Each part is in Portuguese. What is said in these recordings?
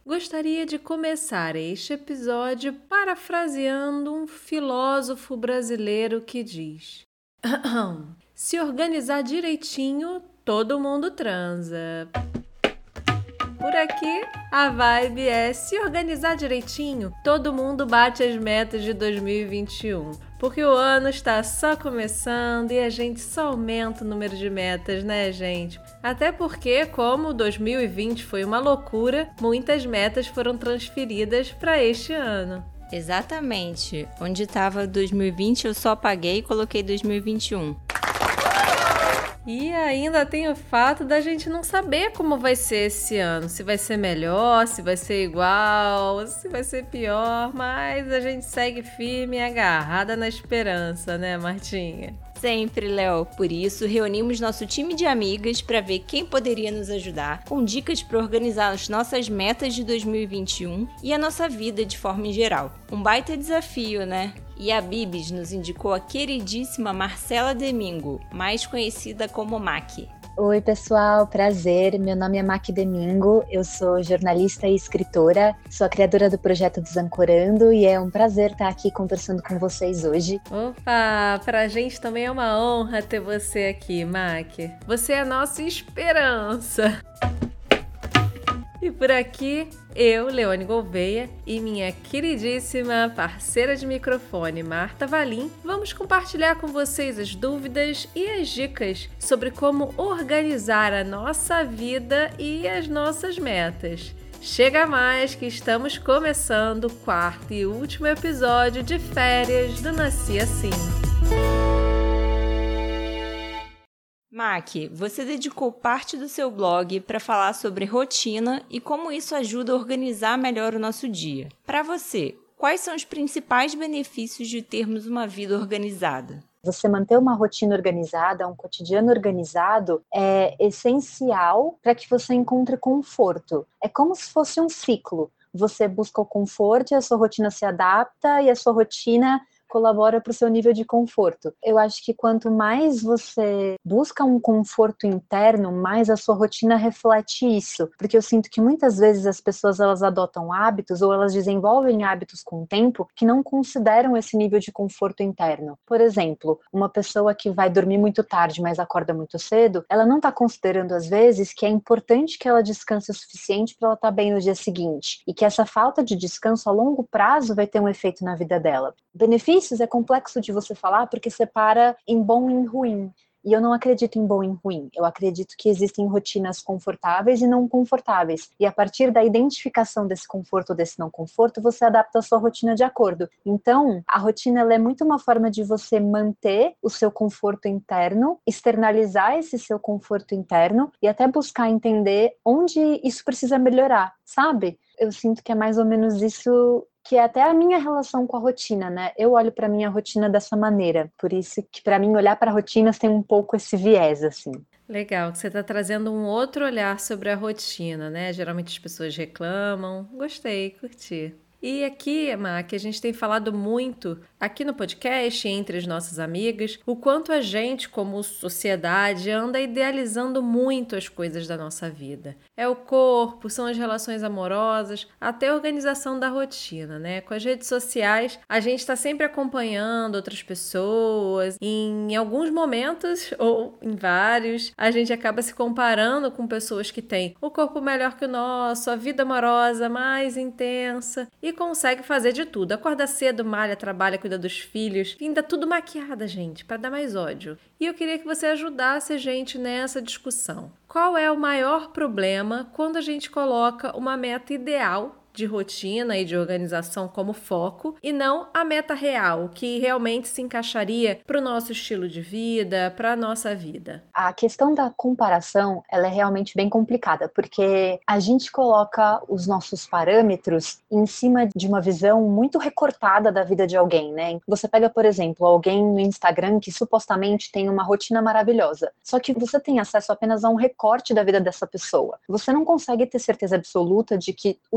Gostaria de começar este episódio parafraseando um filósofo brasileiro que diz: se organizar direitinho, todo mundo transa. Por aqui, a vibe é se organizar direitinho, todo mundo bate as metas de 2021. Porque o ano está só começando e a gente só aumenta o número de metas, né, gente? Até porque, como 2020 foi uma loucura, muitas metas foram transferidas para este ano. Exatamente. Onde estava 2020 eu só apaguei e coloquei 2021. E ainda tem o fato da gente não saber como vai ser esse ano. Se vai ser melhor, se vai ser igual, se vai ser pior. Mas a gente segue firme e agarrada na esperança, né, Martinha? Sempre, Léo. Por isso, reunimos nosso time de amigas para ver quem poderia nos ajudar com dicas para organizar as nossas metas de 2021 e a nossa vida de forma em geral. Um baita desafio, né? E a Bibis nos indicou a queridíssima Marcela Domingo, mais conhecida como Maqui. Oi pessoal, prazer, meu nome é Maqui Domingo, eu sou jornalista e escritora, sou a criadora do projeto Desancorando e é um prazer estar aqui conversando com vocês hoje. Opa, pra gente também é uma honra ter você aqui, Maqui. Você é a nossa esperança. E por aqui, eu, Leone Gouveia, e minha queridíssima parceira de microfone, Marta Valim, vamos compartilhar com vocês as dúvidas e as dicas sobre como organizar a nossa vida e as nossas metas. Chega mais que estamos começando o quarto e último episódio de férias do Nasci Assim. Maqui, você dedicou parte do seu blog para falar sobre rotina e como isso ajuda a organizar melhor o nosso dia. Para você, quais são os principais benefícios de termos uma vida organizada? Você manter uma rotina organizada, um cotidiano organizado, é essencial para que você encontre conforto. É como se fosse um ciclo. Você busca o conforto e a sua rotina se adapta e a sua rotina colabora para o seu nível de conforto. Eu acho que quanto mais você busca um conforto interno, mais a sua rotina reflete isso. Porque eu sinto que muitas vezes as pessoas elas adotam hábitos ou elas desenvolvem hábitos com o tempo que não consideram esse nível de conforto interno. Por exemplo, uma pessoa que vai dormir muito tarde, mas acorda muito cedo, ela não está considerando às vezes que é importante que ela descanse o suficiente para ela estar bem no dia seguinte. E que essa falta de descanso a longo prazo vai ter um efeito na vida dela. Benefícios é complexo de você falar porque separa em bom e em ruim. E eu não acredito em bom e em ruim. Eu acredito que existem rotinas confortáveis e não confortáveis. E a partir da identificação desse conforto ou desse não conforto, você adapta a sua rotina de acordo. Então, a rotina ela é muito uma forma de você manter o seu conforto interno, externalizar esse seu conforto interno e até buscar entender onde isso precisa melhorar, sabe? Eu sinto que é mais ou menos isso que é até a minha relação com a rotina, né? Eu olho para minha rotina dessa maneira, por isso que para mim olhar para rotinas tem um pouco esse viés, assim. Legal, que você está trazendo um outro olhar sobre a rotina, né? Geralmente as pessoas reclamam. Gostei, curti. E aqui, Mac, a gente tem falado muito aqui no podcast, entre as nossas amigas, o quanto a gente, como sociedade, anda idealizando muito as coisas da nossa vida. É o corpo, são as relações amorosas, até a organização da rotina, né? Com as redes sociais, a gente está sempre acompanhando outras pessoas. Em alguns momentos, ou em vários, a gente acaba se comparando com pessoas que têm o corpo melhor que o nosso, a vida amorosa mais intensa e consegue fazer de tudo. Acorda cedo, malha, trabalha, cuida dos filhos, ainda tudo maquiada, gente, para dar mais ódio. E eu queria que você ajudasse a gente nessa discussão. Qual é o maior problema quando a gente coloca uma meta ideal de rotina e de organização como foco e não a meta real, que realmente se encaixaria para o nosso estilo de vida, para a nossa vida? A questão da comparação, ela é realmente bem complicada, porque a gente coloca os nossos parâmetros em cima de uma visão muito recortada da vida de alguém, né? Você pega, por exemplo, alguém no Instagram que supostamente tem uma rotina maravilhosa, só que você tem acesso apenas a um recorte da vida dessa pessoa. Você não consegue ter certeza absoluta de que os dias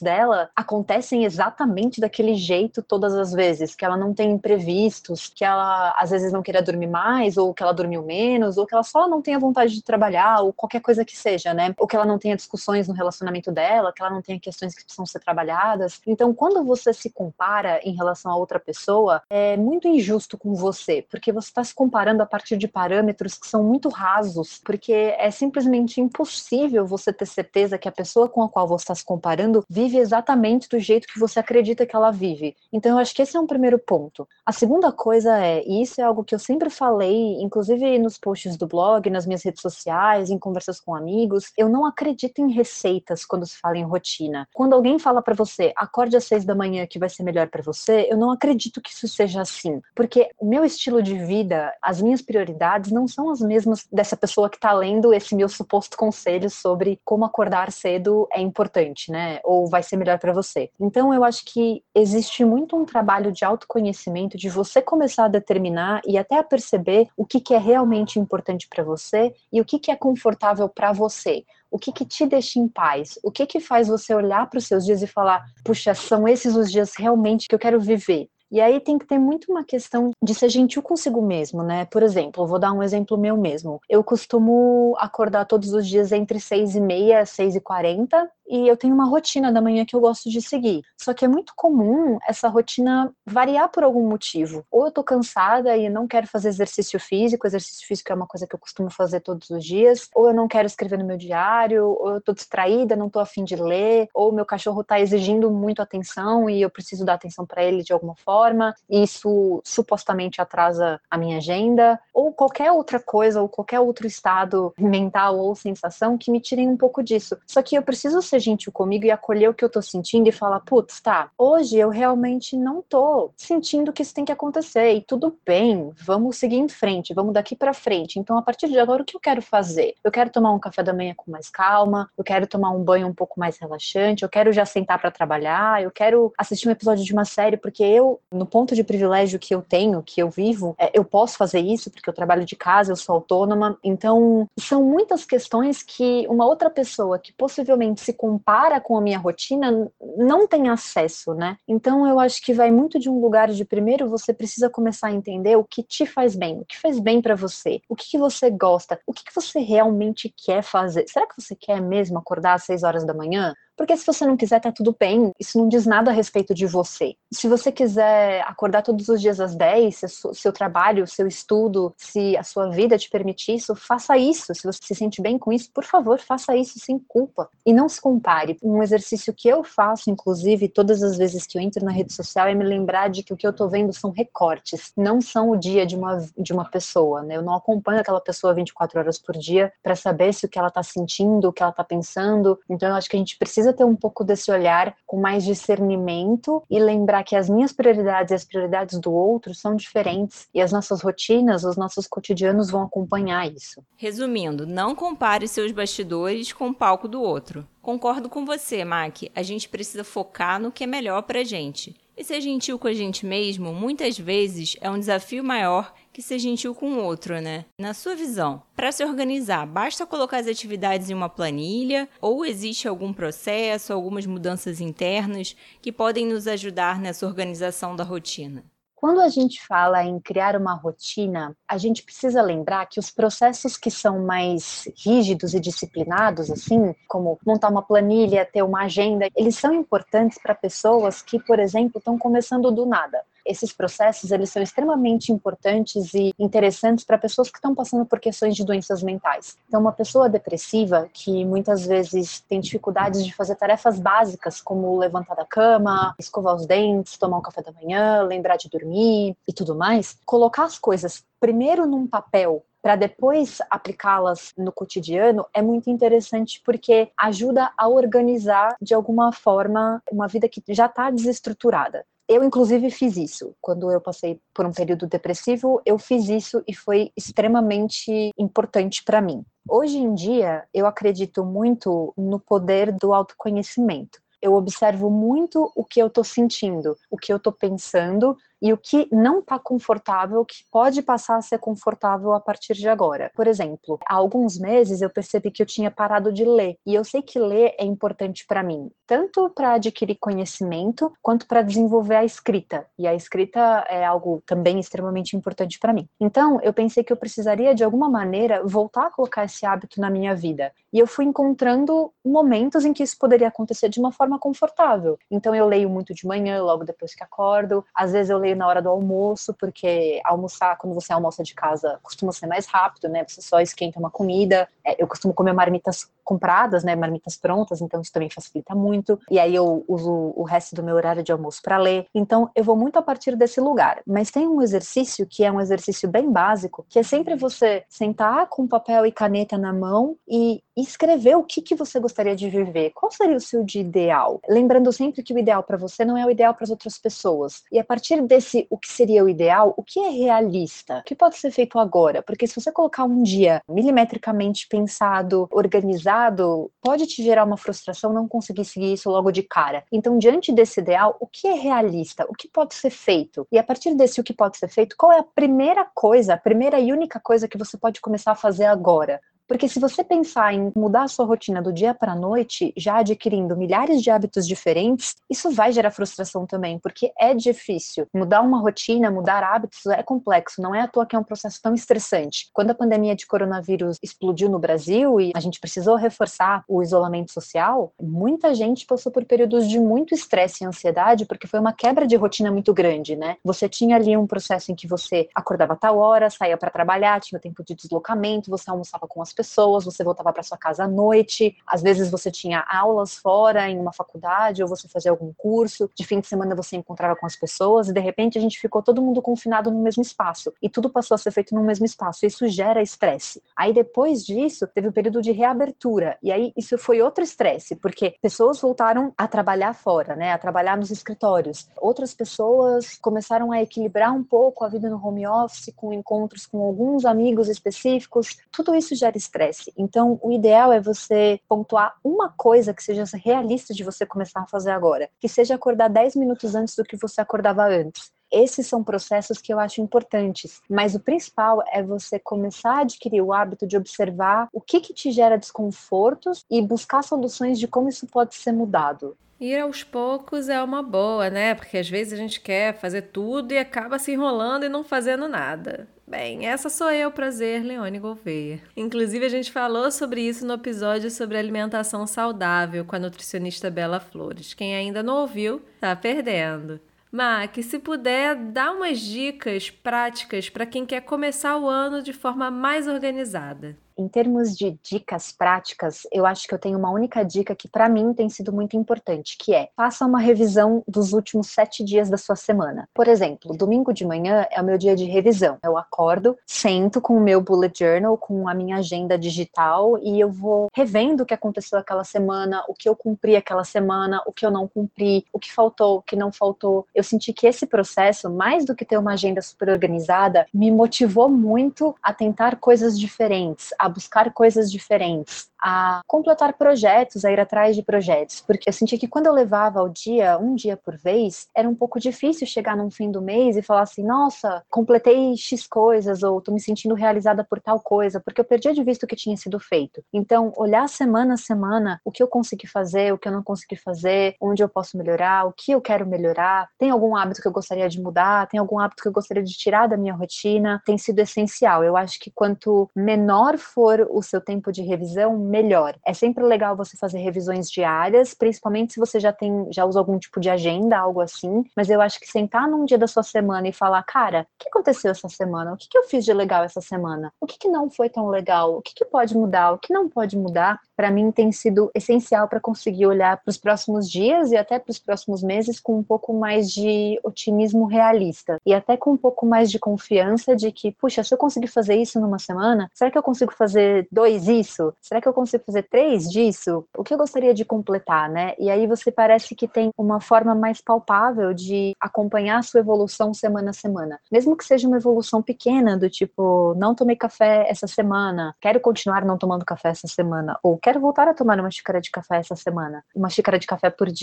dela acontecem exatamente daquele jeito todas as vezes, que ela não tem imprevistos, que ela às vezes não queira dormir mais, ou que ela dormiu menos, ou que ela só não tenha vontade de trabalhar, ou qualquer coisa que seja, né? Ou que ela não tenha discussões no relacionamento dela, que ela não tenha questões que precisam ser trabalhadas. Então, quando você se compara em relação a outra pessoa, é muito injusto com você, porque você está se comparando a partir de parâmetros que são muito rasos, porque é simplesmente impossível você ter certeza que a pessoa com a qual você está se comparando vive exatamente do jeito que você acredita que ela vive. Então, eu acho que esse é um primeiro ponto. A segunda coisa e isso é algo que eu sempre falei, inclusive nos posts do blog, nas minhas redes sociais, em conversas com amigos, eu não acredito em receitas quando se fala em rotina. Quando alguém fala para você, acorde às 6 da manhã que vai ser melhor para você, eu não acredito que isso seja assim, porque o meu estilo de vida, as minhas prioridades não são as mesmas dessa pessoa que está lendo esse meu suposto conselho sobre como acordar cedo é importante, né? Ou vai ser melhor para você. Então, eu acho que existe muito um trabalho de autoconhecimento, de você começar a determinar e até a perceber o que é realmente importante para você e o que é confortável para você. O que te deixa em paz? O que faz você olhar para os seus dias e falar, puxa, são esses os dias realmente que eu quero viver? E aí tem que ter muito uma questão de ser gentil consigo mesmo, né? Por exemplo, eu vou dar um exemplo meu mesmo. Eu costumo acordar todos os dias entre 6h30 e 6h40, e eu tenho uma rotina da manhã que eu gosto de seguir. Só que é muito comum essa rotina variar por algum motivo. Ou eu tô cansada e não quero fazer exercício físico é uma coisa que eu costumo fazer todos os dias, ou eu não quero escrever no meu diário, ou eu tô distraída, não tô a fim de ler, ou meu cachorro tá exigindo muito atenção e eu preciso dar atenção para ele de alguma forma, e isso supostamente atrasa a minha agenda, ou qualquer outra coisa, ou qualquer outro estado mental ou sensação que me tirem um pouco disso. Só que eu preciso ser gentil comigo e acolher o que eu tô sentindo e falar, putz, tá, hoje eu realmente não tô sentindo que isso tem que acontecer, e tudo bem, vamos seguir em frente, vamos daqui pra frente. Então, a partir de agora, o que eu quero fazer? Eu quero tomar um café da manhã com mais calma, eu quero tomar um banho um pouco mais relaxante, eu quero já sentar pra trabalhar, eu quero assistir um episódio de uma série, porque eu, no ponto de privilégio que eu tenho, que eu vivo, eu posso fazer isso, porque eu trabalho de casa, eu sou autônoma. Então, são muitas questões que uma outra pessoa que possivelmente se compara com a minha rotina não tem acesso, né? Então, eu acho que vai muito de um lugar de, primeiro, você precisa começar a entender o que te faz bem, o que faz bem pra você, o que você gosta, o que você realmente quer fazer. Será que você quer mesmo acordar às 6 horas da manhã? Porque se você não quiser, tá tudo bem. Isso não diz nada a respeito de você. Se você quiser acordar todos os dias às 10, se seu trabalho, seu estudo, se a sua vida te permitir isso, faça isso. Se você se sente bem com isso, por favor, faça isso sem culpa. E não se compare. Um exercício que eu faço, inclusive, todas as vezes que eu entro na rede social, é me lembrar de que o que eu tô vendo são recortes, não são o dia de uma pessoa, né? Eu não acompanho aquela pessoa 24 horas por dia para saber se o que ela tá sentindo, o que ela tá pensando. Então, eu acho que a gente precisa ter um pouco desse olhar com mais discernimento e lembrar que as minhas prioridades e as prioridades do outro são diferentes e as nossas rotinas, os nossos cotidianos vão acompanhar isso. Resumindo, não compare seus bastidores com o palco do outro. Concordo com você, Mac. A gente precisa focar no que é melhor pra gente. E ser gentil com a gente mesmo, muitas vezes, é um desafio maior que ser gentil com o outro, né? Na sua visão, para se organizar, basta colocar as atividades em uma planilha ou existe algum processo, algumas mudanças internas que podem nos ajudar nessa organização da rotina? Quando a gente fala em criar uma rotina, a gente precisa lembrar que os processos que são mais rígidos e disciplinados, assim, como montar uma planilha, ter uma agenda, eles são importantes para pessoas que, por exemplo, estão começando do nada. Esses processos, eles são extremamente importantes e interessantes para pessoas que estão passando por questões de doenças mentais. Então, uma pessoa depressiva, que muitas vezes tem dificuldades de fazer tarefas básicas, como levantar da cama, escovar os dentes, tomar um café da manhã, lembrar de dormir e tudo mais, colocar as coisas primeiro num papel, para depois aplicá-las no cotidiano, é muito interessante porque ajuda a organizar, de alguma forma, uma vida que já está desestruturada. Eu, inclusive, fiz isso. Quando eu passei por um período depressivo, eu fiz isso e foi extremamente importante para mim. Hoje em dia, eu acredito muito no poder do autoconhecimento. Eu observo muito o que eu estou sentindo, o que eu estou pensando, e o que não está confortável, que pode passar a ser confortável a partir de agora. Por exemplo, há alguns meses eu percebi que eu tinha parado de ler, e eu sei que ler é importante para mim, tanto para adquirir conhecimento, quanto para desenvolver a escrita, e a escrita é algo também extremamente importante para mim. Então, eu pensei que eu precisaria, de alguma maneira, voltar a colocar esse hábito na minha vida, e eu fui encontrando momentos em que isso poderia acontecer de uma forma confortável. Então, eu leio muito de manhã, logo depois que acordo, às vezes eu leio na hora do almoço, porque almoçar, quando você almoça de casa, costuma ser mais rápido, né, você só esquenta uma comida, eu costumo comer marmitas compradas, né, marmitas prontas, então isso também facilita muito, e aí eu uso o resto do meu horário de almoço para ler, então eu vou muito a partir desse lugar, mas tem um exercício que é um exercício bem básico, que é sempre você sentar com papel e caneta na mão e escrever o que você gostaria de viver, qual seria o seu dia ideal, lembrando sempre que o ideal para você não é o ideal para as outras pessoas, e a partir desse o que seria o ideal, o que é realista, o que pode ser feito agora, porque se você colocar um dia milimetricamente pensado, organizado, pode te gerar uma frustração não conseguir seguir isso logo de cara. Então, diante desse ideal, o que é realista? O que pode ser feito? E a partir desse o que pode ser feito, qual é a primeira coisa, a primeira e única coisa que você pode começar a fazer agora? Porque se você pensar em mudar a sua rotina do dia para a noite, já adquirindo milhares de hábitos diferentes, isso vai gerar frustração também, porque é difícil. Mudar uma rotina, mudar hábitos é complexo, não é à toa que é um processo tão estressante. Quando a pandemia de coronavírus explodiu no Brasil e a gente precisou reforçar o isolamento social, muita gente passou por períodos de muito estresse e ansiedade, porque foi uma quebra de rotina muito grande, né? Você tinha ali um processo em que você acordava a tal hora, saía para trabalhar, tinha o tempo de deslocamento, você almoçava com as pessoas, você voltava para sua casa à noite, às vezes você tinha aulas fora em uma faculdade ou você fazia algum curso, de fim de semana você encontrava com as pessoas e de repente a gente ficou todo mundo confinado no mesmo espaço e tudo passou a ser feito no mesmo espaço, isso gera estresse. Aí depois disso teve o período de reabertura e aí isso foi outro estresse, porque pessoas voltaram a trabalhar fora, né, a trabalhar nos escritórios, outras pessoas começaram a equilibrar um pouco a vida no home office com encontros com alguns amigos específicos, tudo isso gera estresse. Então, o ideal é você pontuar uma coisa que seja realista de você começar a fazer agora, que seja acordar 10 minutos antes do que você acordava antes. Esses são processos que eu acho importantes, mas o principal é você começar a adquirir o hábito de observar o que te gera desconfortos e buscar soluções de como isso pode ser mudado. Ir aos poucos é uma boa, né? Porque às vezes a gente quer fazer tudo e acaba se enrolando e não fazendo nada. Bem, essa sou eu, prazer, Leone Gouveia. Inclusive, a gente falou sobre isso no episódio sobre alimentação saudável com a nutricionista Bela Flores. Quem ainda não ouviu, tá perdendo. Mac, se puder, dá umas dicas práticas para quem quer começar o ano de forma mais organizada. Em termos de dicas práticas, eu acho que eu tenho uma única dica que para mim tem sido muito importante, que é, faça uma revisão dos últimos 7 dias da sua semana. Por exemplo, domingo de manhã é o meu dia de revisão. Eu acordo, sento com o meu bullet journal, com a minha agenda digital e eu vou revendo o que aconteceu aquela semana, o que eu cumpri aquela semana, o que eu não cumpri, o que faltou, o que não faltou. Eu senti que esse processo, mais do que ter uma agenda super organizada, me motivou muito a tentar coisas diferentes, a buscar coisas diferentes, a completar projetos, a ir atrás de projetos, porque eu senti que quando eu levava ao dia, um dia por vez, era um pouco difícil chegar no fim do mês e falar assim, nossa, completei X coisas, ou tô me sentindo realizada por tal coisa, porque eu perdia de vista o que tinha sido feito. Então, olhar semana a semana, o que eu consegui fazer, o que eu não consegui fazer, onde eu posso melhorar, o que eu quero melhorar, tem algum hábito que eu gostaria de mudar, tem algum hábito que eu gostaria de tirar da minha rotina, tem sido essencial. Eu acho que quanto menor for o seu tempo de revisão, melhor. É sempre legal você fazer revisões diárias, principalmente se você já usa algum tipo de agenda, algo assim, mas eu acho que sentar num dia da sua semana e falar, cara, o que aconteceu essa semana? O que eu fiz de legal essa semana? O que não foi tão legal? O que pode mudar? O que não pode mudar? Para mim tem sido essencial para conseguir olhar para os próximos dias e até para os próximos meses com um pouco mais de otimismo realista e até com um pouco mais de confiança de que, puxa, se eu conseguir fazer isso numa semana, será que eu consigo fazer 2 isso? Será que eu consigo fazer 3 disso? O que eu gostaria de completar, né? E aí você parece que tem uma forma mais palpável de acompanhar a sua evolução semana a semana. Mesmo que seja uma evolução pequena, do tipo, não tomei café essa semana, quero continuar não tomando café essa semana, ou quero voltar a tomar uma xícara de café essa semana, uma xícara de café por dia.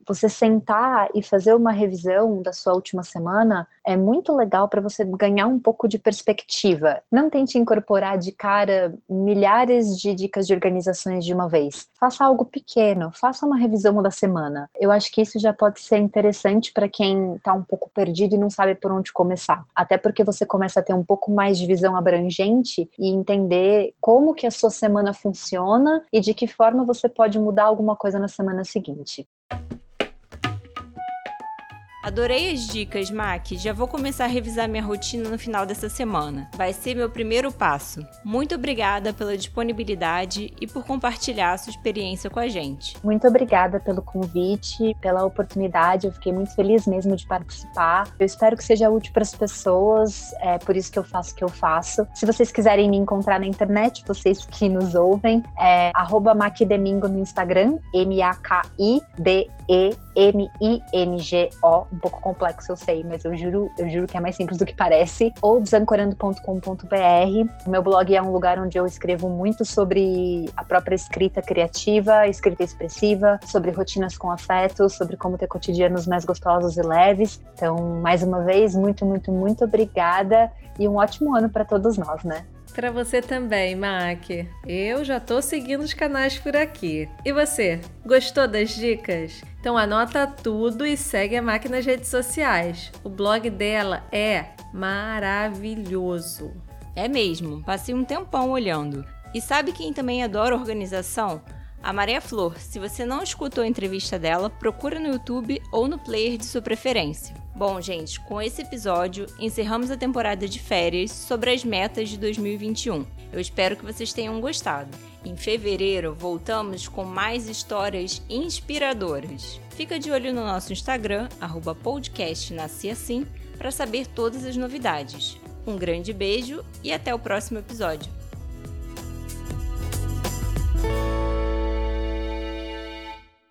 você sentar e fazer uma revisão da sua última semana é muito legal para você ganhar um pouco de perspectiva. Não tente incorporar de cara milhares de dicas de organizações de uma vez. Faça algo pequeno, faça uma revisão da semana. Eu acho que isso já pode ser interessante para quem está um pouco perdido e não sabe por onde começar. Até porque você começa a ter um pouco mais de visão abrangente e entender como que a sua semana funciona e de que forma você pode mudar alguma coisa na semana seguinte. Adorei as dicas, Mac. Já vou começar a revisar minha rotina no final dessa semana. Vai ser meu primeiro passo. Muito obrigada pela disponibilidade e por compartilhar a sua experiência com a gente. Muito obrigada pelo convite, pela oportunidade. Eu fiquei muito feliz mesmo de participar. Eu espero que seja útil para as pessoas. É por isso que eu faço o que eu faço. Se vocês quiserem me encontrar na internet, vocês que nos ouvem, é @macdemingo no Instagram, MAKIDEMINGO. Um pouco complexo, eu sei, mas eu juro que é mais simples do que parece. Ou desancorando.com.br. O meu blog é um lugar onde eu escrevo muito sobre a própria escrita criativa, escrita expressiva, sobre rotinas com afeto, sobre como ter cotidianos mais gostosos e leves. Então, mais uma vez, muito, muito, muito obrigada e um ótimo ano para todos nós, né? Para você também, Mac. Eu já tô seguindo os canais por aqui. E você, gostou das dicas? Então anota tudo e segue a Mac nas redes sociais. O blog dela é maravilhoso. É mesmo, passei um tempão olhando. E sabe quem também adora organização? A Maria Flor. Se você não escutou a entrevista dela, procura no YouTube ou no player de sua preferência. Bom, gente, com esse episódio, encerramos a temporada de férias sobre as metas de 2021. Eu espero que vocês tenham gostado. Em fevereiro, voltamos com mais histórias inspiradoras. Fica de olho no nosso Instagram, @podcastnasciassim, para saber todas as novidades. Um grande beijo e até o próximo episódio.